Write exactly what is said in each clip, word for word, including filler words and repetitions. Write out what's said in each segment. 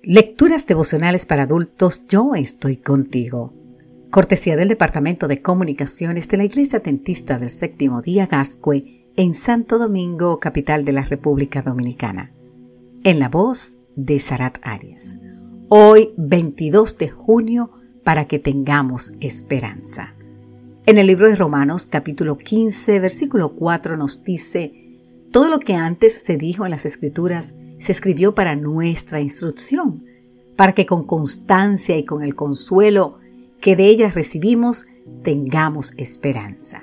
Lecturas devocionales para adultos, yo estoy contigo. Cortesía del Departamento de Comunicaciones de la Iglesia Adventista del Séptimo Día Gascue en Santo Domingo, capital de la República Dominicana. En la voz de Sarat Arias. Hoy, veintidós de junio, para que tengamos esperanza. En el libro de Romanos, capítulo quince, versículo cuatro, nos dice: todo lo que antes se dijo en las Escrituras se escribió para nuestra instrucción, para que con constancia y con el consuelo que de ellas recibimos, tengamos esperanza.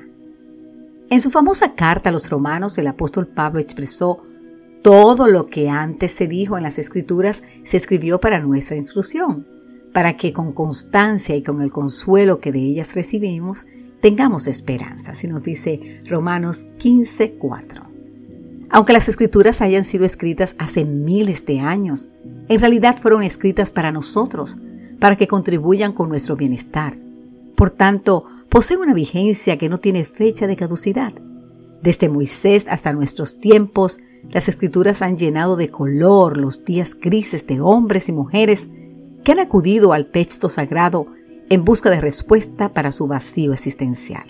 En su famosa carta a los Romanos, el apóstol Pablo expresó: todo lo que antes se dijo en las Escrituras se escribió para nuestra instrucción, para que con constancia y con el consuelo que de ellas recibimos, tengamos esperanza. Así nos dice Romanos quince, cuatro. Aunque las Escrituras hayan sido escritas hace miles de años, en realidad fueron escritas para nosotros, para que contribuyan con nuestro bienestar. Por tanto, poseen una vigencia que no tiene fecha de caducidad. Desde Moisés hasta nuestros tiempos, las Escrituras han llenado de color los días grises de hombres y mujeres que han acudido al texto sagrado en busca de respuesta para su vacío existencial.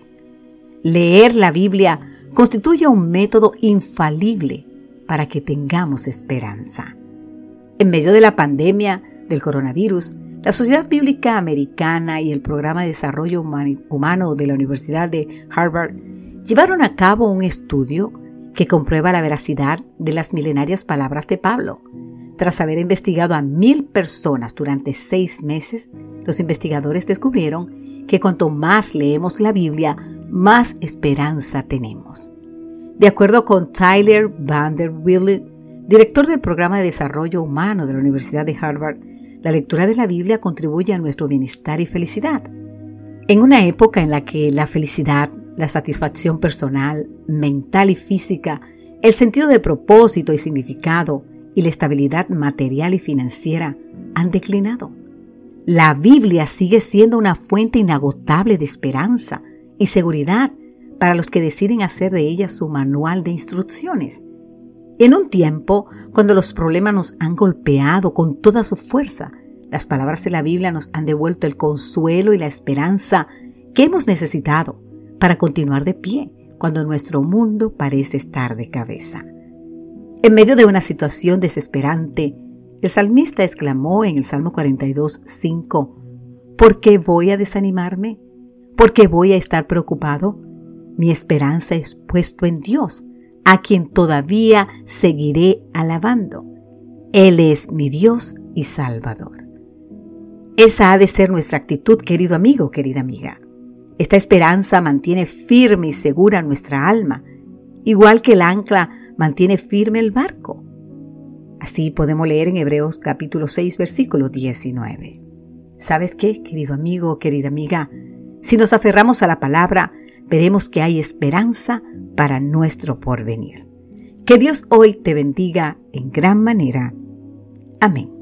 Leer la Biblia constituye un método infalible para que tengamos esperanza. En medio de la pandemia del coronavirus, la Sociedad Bíblica Americana y el Programa de Desarrollo Humano de la Universidad de Harvard llevaron a cabo un estudio que comprueba la veracidad de las milenarias palabras de Pablo. Tras haber investigado a mil personas durante seis meses, los investigadores descubrieron que cuanto más leemos la Biblia, más esperanza tenemos. De acuerdo con Tyler Vanderwilt, director del Programa de Desarrollo Humano de la Universidad de Harvard, la lectura de la Biblia contribuye a nuestro bienestar y felicidad. En una época en la que la felicidad, la satisfacción personal, mental y física, el sentido de propósito y significado y la estabilidad material y financiera han declinado, la Biblia sigue siendo una fuente inagotable de esperanza y seguridad para los que deciden hacer de ella su manual de instrucciones. En un tiempo cuando los problemas nos han golpeado con toda su fuerza, las palabras de la Biblia nos han devuelto el consuelo y la esperanza que hemos necesitado para continuar de pie cuando nuestro mundo parece estar de cabeza. En medio de una situación desesperante, el salmista exclamó en el Salmo cuarenta y dos, cinco: ¿por qué voy a desanimarme? ¿Por qué voy a estar preocupado? Mi esperanza es puesto en Dios, a quien todavía seguiré alabando. Él es mi Dios y Salvador. Esa ha de ser nuestra actitud, querido amigo, querida amiga. Esta esperanza mantiene firme y segura nuestra alma, igual que el ancla mantiene firme el barco. Así podemos leer en Hebreos capítulo seis, versículo diecinueve. ¿Sabes qué, querido amigo, querida amiga? Si nos aferramos a la palabra, veremos que hay esperanza para nuestro porvenir. Que Dios hoy te bendiga en gran manera. Amén.